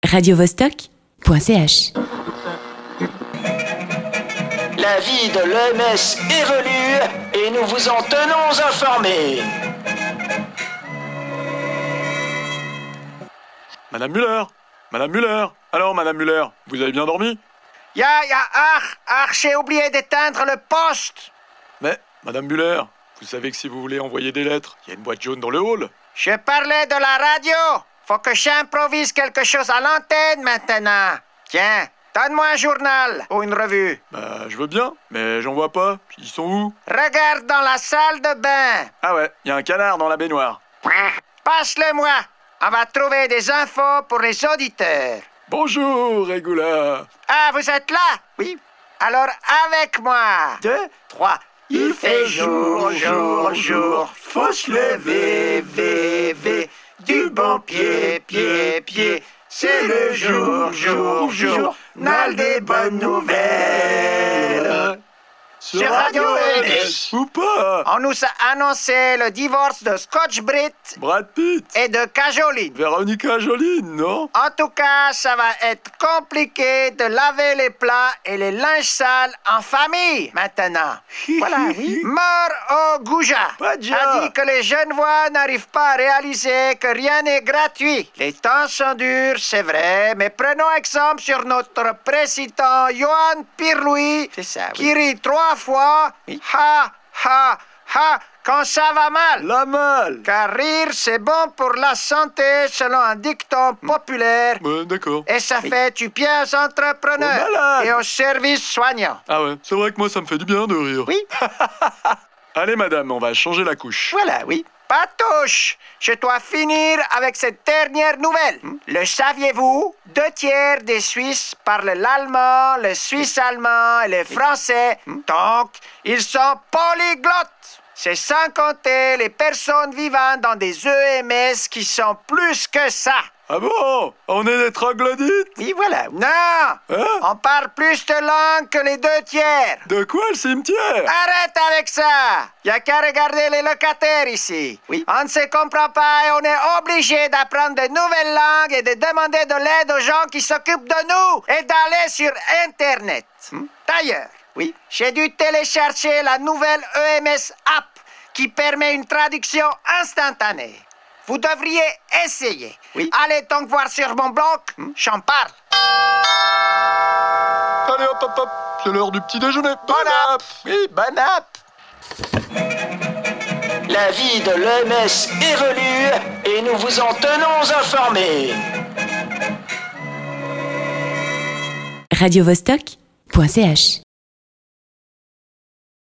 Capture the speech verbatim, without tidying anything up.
radio vostok point c h. La vie de l'O M S évolue et nous vous en tenons informés. Madame Müller Madame Müller Alors, Madame Müller, vous avez bien dormi? Ya, ya, ah, ah, j'ai oublié d'éteindre le poste. Mais, Madame Müller, vous savez que si vous voulez envoyer des lettres, il y a une boîte jaune dans le hall. Je parlais de la radio. Faut que j'improvise quelque chose à l'antenne maintenant. Tiens, donne-moi un journal ou une revue. Bah, je veux bien, mais j'en vois pas. Ils sont où? Regarde dans la salle de bain. Ah ouais, il y a un canard dans la baignoire. Passe-le-moi. On va trouver des infos pour les auditeurs. Bonjour, Régula. Ah, vous êtes là? Oui. Alors, avec moi. Deux, trois. Il fait jour, jour, jour. Faut se lever, vé, vé. Du bon pied, pied, pied. C'est le jour, jour, jour. Nal des bonnes nouvelles. Sur Radio O M S. Ou pas? On nous a annoncé le divorce de Scotch Brit Brad Pitt. et de Cajoline. Véronica Joline, non? En tout cas, ça va être compliqué de laver les plats et les linges sales en famille maintenant. Voilà, oui. Mort au Gouja Padja. a dit que les Genevois n'arrivent pas à réaliser que rien n'est gratuit. Les temps sont durs, c'est vrai, mais prenons exemple sur notre président Johan Pirlouis, C'est ça, oui. qui rit trois fois, ha, ha, ha, quand ça va mal. La malle. Car rire, c'est bon pour la santé, selon un dicton populaire. Ouais, d'accord. Et ça fait du bien aux entrepreneurs Aux malades. et aux services soignants. Ah ouais, c'est vrai que moi, ça me fait du bien de rire. Oui, Allez, madame, on va changer la couche. voilà, oui. Patouche, je dois finir avec cette dernière nouvelle. Le saviez-vous? Deux tiers des Suisses parlent l'allemand, le suisse-allemand et le français. Donc, ils sont polyglottes. C'est sans compter les personnes vivant dans des E M S qui sont plus que ça. Ah bon? On est des troglodytes? Oui, voilà. Non! Hein? On parle plus de langues que les deux tiers. De quoi le cimetière? Arrête avec ça! Y a qu'à regarder les locataires ici. Oui. On ne se comprend pas et on est obligé d'apprendre de nouvelles langues et de demander de l'aide aux gens qui s'occupent de nous et d'aller sur Internet. D'ailleurs, Oui. j'ai dû télécharger la nouvelle E M S App qui permet une traduction instantanée. Vous devriez essayer. Oui. Allez donc voir sur mon blog, j'en parle. Allez hop hop hop, c'est l'heure du petit déjeuner. Bon app. Oui, bonne app. La vie de l'O M S évolue et nous vous en tenons informés. radio vostok point c h.